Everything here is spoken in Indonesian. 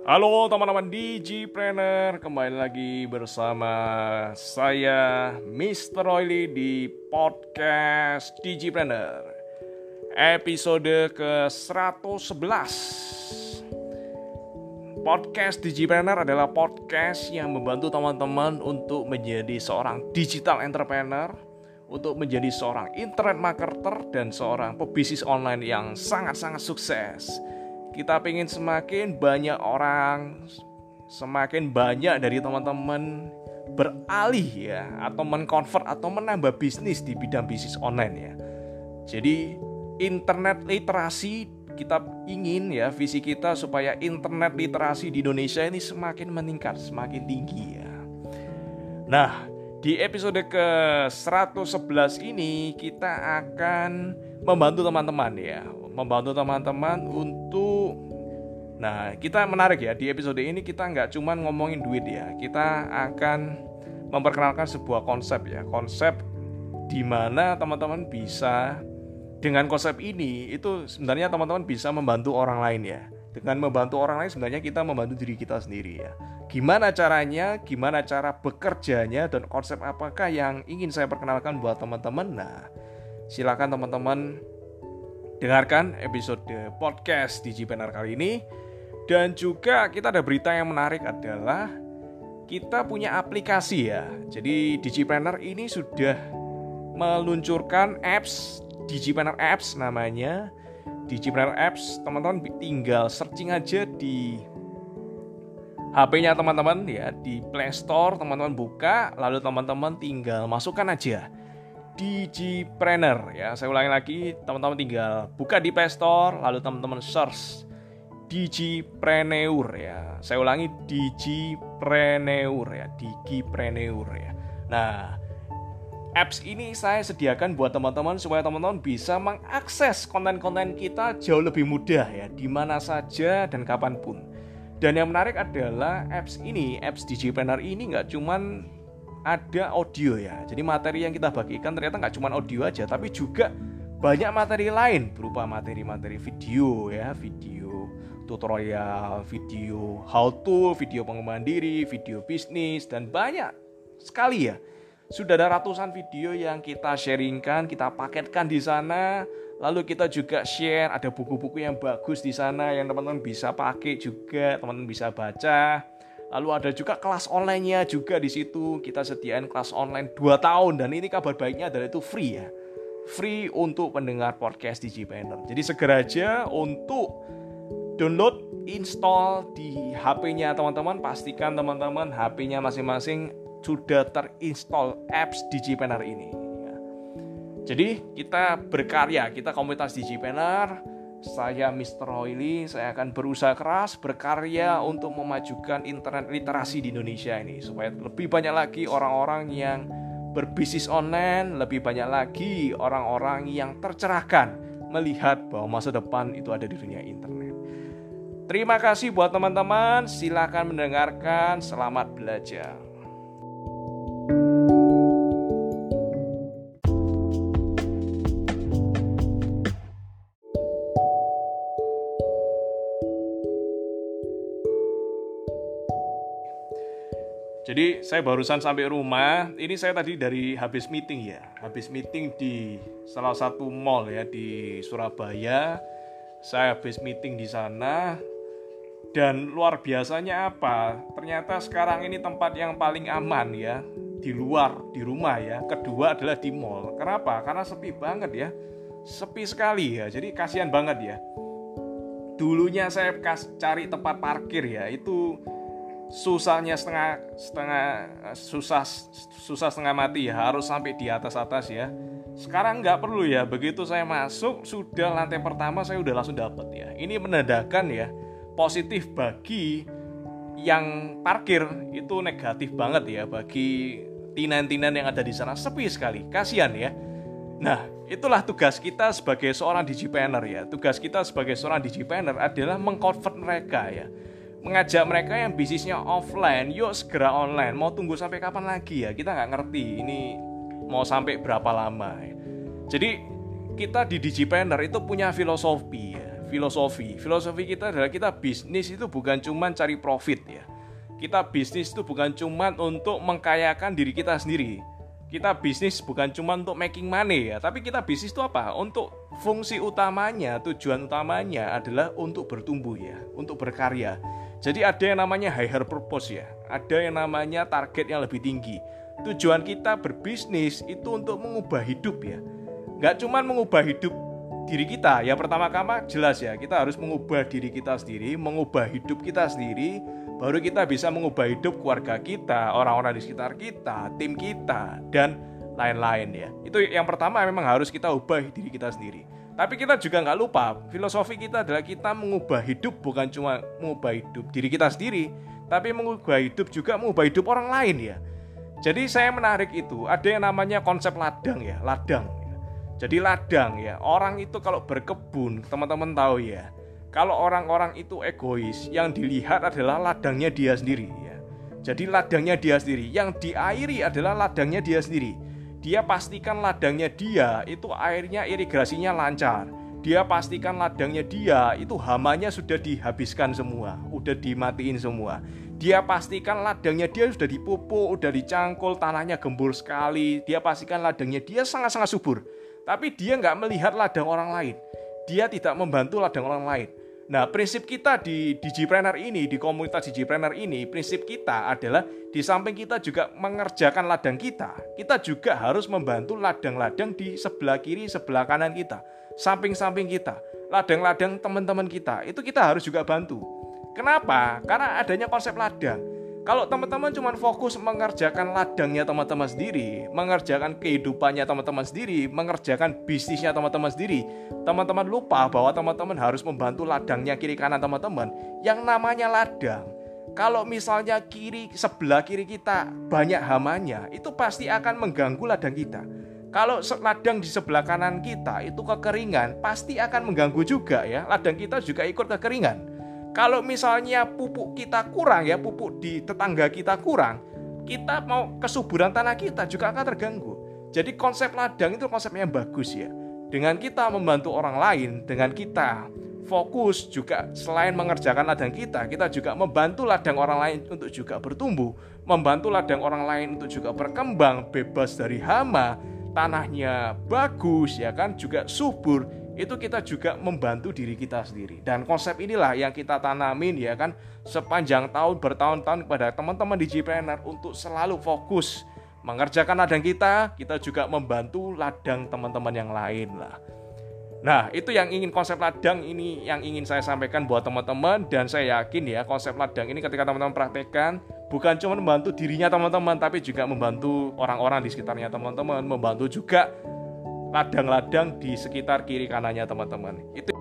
Halo teman-teman Digipreneur, kembali lagi bersama saya Mr. Royli di podcast Digipreneur episode ke-111. Podcast Digipreneur adalah podcast yang membantu teman-teman untuk menjadi seorang digital entrepreneur, untuk menjadi seorang internet marketer dan seorang pebisnis online yang sangat-sangat sukses. Kita pengen semakin banyak orang, semakin banyak dari teman-teman beralih ya, atau mengkonvert atau menambah bisnis di bidang bisnis online ya. Jadi internet literasi, kita ingin ya, visi kita supaya internet literasi di Indonesia ini semakin meningkat, semakin tinggi ya. Nah, di episode ke-111 ini kita akan membantu teman-teman ya, untuk, nah kita menarik ya, di episode ini kita nggak cuma ngomongin duit ya, kita akan memperkenalkan sebuah konsep ya, konsep di mana teman-teman bisa, dengan konsep ini itu sebenarnya teman-teman bisa membantu orang lain ya. Dengan membantu orang lain sebenarnya kita membantu diri kita sendiri ya. Gimana caranya, gimana cara bekerjanya, dan konsep apakah yang ingin saya perkenalkan buat teman-teman. Nah, silakan teman-teman dengarkan episode podcast Digipreneur kali ini. Dan juga kita ada berita yang menarik adalah kita punya aplikasi ya. Jadi Digipreneur ini sudah meluncurkan apps, Digipreneur Apps namanya. Digipreneur Apps, teman-teman tinggal searching aja di HP-nya teman-teman ya, di Play Store teman-teman buka, lalu teman-teman tinggal masukkan aja Digipreneur ya. Saya ulangi lagi, teman-teman tinggal buka di Play Store, lalu teman-teman search Digipreneur ya. Saya ulangi, Digipreneur ya, Digipreneur ya. Nah, apps ini saya sediakan buat teman-teman supaya teman-teman bisa mengakses konten-konten kita jauh lebih mudah ya, di mana saja dan kapanpun. Dan yang menarik adalah apps ini, apps Digipreneur ini nggak cuman ada audio ya. Jadi materi yang kita bagikan ternyata nggak cuma audio aja, tapi juga banyak materi lain berupa materi-materi video ya, video tutorial, video how to, video pengembangan diri, video bisnis, dan banyak sekali ya. Sudah ada ratusan video yang kita sharingkan, kita paketkan di sana. Lalu kita juga share, ada buku-buku yang bagus di sana yang teman-teman bisa pakai juga, teman-teman bisa baca. Lalu ada juga kelas online-nya juga di situ. Kita sediain kelas online 2 tahun, dan ini kabar baiknya adalah itu free ya. Free untuk pendengar podcast Digipreneur. Jadi segera aja untuk download, install di HP-nya teman-teman. Pastikan teman-teman HP-nya masing-masing sudah terinstall apps Digipreneur ini. Jadi kita berkarya, kita komunitas Digipreneur. Saya Mr. Royli, saya akan berusaha keras berkarya untuk memajukan internet literasi di Indonesia ini, supaya lebih banyak lagi orang-orang yang berbisnis online, lebih banyak lagi orang-orang yang tercerahkan melihat bahwa masa depan itu ada di dunia internet. Terima kasih buat teman-teman, silakan mendengarkan, selamat belajar. Jadi saya barusan sampai rumah. Ini saya tadi dari habis meeting ya. Habis meeting di salah satu mall ya di Surabaya. Saya habis meeting di sana. Dan luar biasanya apa? Ternyata sekarang ini tempat yang paling aman ya. Di luar, di rumah ya. Kedua adalah di mall. Kenapa? Karena sepi banget ya. Sepi sekali ya. Jadi kasihan banget ya. Dulunya saya cari tempat parkir ya. Itu susahnya susah setengah mati ya, harus sampai di atas ya. Sekarang nggak perlu ya, begitu saya masuk sudah lantai pertama saya udah langsung dapat ya. Ini menandakan ya, positif bagi yang parkir, itu negatif banget ya bagi tinan-tinan yang ada di sana. Sepi sekali, kasihan ya. Nah, itulah tugas kita sebagai seorang Digipreneur ya. Tugas kita sebagai seorang Digipreneur adalah mengkonvert mereka ya. Mengajak mereka yang bisnisnya offline, yuk segera online. Mau tunggu sampai kapan lagi ya? Kita nggak ngerti ini mau sampai berapa lama ya. Jadi kita di Digipreneur itu punya filosofi ya. Filosofi kita adalah kita bisnis itu bukan cuma cari profit ya. Kita bisnis itu bukan cuma untuk mengkayakan diri kita sendiri. Kita bisnis bukan cuma untuk making money ya, tapi kita bisnis itu apa? Untuk fungsi utamanya, tujuan utamanya adalah untuk bertumbuh ya, untuk berkarya. Jadi ada yang namanya higher purpose ya, ada yang namanya target yang lebih tinggi. Tujuan kita berbisnis itu untuk mengubah hidup ya. Nggak cuma mengubah hidup diri kita, ya pertama-tama jelas ya, kita harus mengubah diri kita sendiri, mengubah hidup kita sendiri, baru kita bisa mengubah hidup keluarga kita, orang-orang di sekitar kita, tim kita, dan lain-lain ya. Itu yang pertama memang harus kita ubah diri kita sendiri. Tapi kita juga nggak lupa, filosofi kita adalah kita mengubah hidup bukan cuma mengubah hidup diri kita sendiri, tapi mengubah hidup juga mengubah hidup orang lain ya. Jadi saya menarik itu, ada yang namanya konsep ladang ya, ladang. Jadi ladang ya, orang itu kalau berkebun, teman-teman tahu ya, kalau orang-orang itu egois, yang dilihat adalah ladangnya dia sendiri ya. Jadi ladangnya dia sendiri, yang diairi adalah ladangnya dia sendiri. Dia pastikan ladangnya dia itu airnya irigasinya lancar. Dia pastikan ladangnya dia itu hamanya sudah dihabiskan semua, udah dimatiin semua. Dia pastikan ladangnya dia sudah dipupuk, udah dicangkul, tanahnya gembur sekali. Dia pastikan ladangnya dia sangat-sangat subur. Tapi dia nggak melihat ladang orang lain. Dia tidak membantu ladang orang lain. Nah, prinsip kita di Digipreneur ini, di komunitas Digipreneur ini, prinsip kita adalah di samping kita juga mengerjakan ladang kita juga harus membantu ladang-ladang di sebelah kiri, sebelah kanan kita, samping-samping kita, ladang-ladang teman-teman kita, itu kita harus juga bantu. Kenapa? Karena adanya konsep ladang. Kalau teman-teman cuma fokus mengerjakan ladangnya teman-teman sendiri, mengerjakan kehidupannya teman-teman sendiri, mengerjakan bisnisnya teman-teman sendiri, teman-teman lupa bahwa teman-teman harus membantu ladangnya kiri kanan teman-teman. Yang namanya ladang, kalau misalnya sebelah kiri kita banyak hamanya, itu pasti akan mengganggu ladang kita. Kalau ladang di sebelah kanan kita itu kekeringan, pasti akan mengganggu juga ya, ladang kita juga ikut kekeringan. Kalau misalnya pupuk kita kurang ya, pupuk di tetangga kita kurang, kita mau kesuburan tanah kita juga akan terganggu. Jadi konsep ladang itu konsep yang bagus ya. Dengan kita membantu orang lain, dengan kita fokus juga selain mengerjakan ladang kita juga membantu ladang orang lain untuk juga bertumbuh, membantu ladang orang lain untuk juga berkembang, bebas dari hama, tanahnya bagus ya kan, juga subur. Itu kita juga membantu diri kita sendiri. Dan konsep inilah yang kita tanamin ya kan sepanjang tahun bertahun-tahun kepada teman-teman Digipreneur untuk selalu fokus mengerjakan ladang kita juga membantu ladang teman-teman yang lain lah. Nah, itu yang ingin konsep ladang ini yang ingin saya sampaikan buat teman-teman, dan saya yakin ya konsep ladang ini ketika teman-teman praktekkan bukan cuma membantu dirinya teman-teman, tapi juga membantu orang-orang di sekitarnya teman-teman, membantu juga ladang-ladang di sekitar kiri kanannya teman-teman. Itu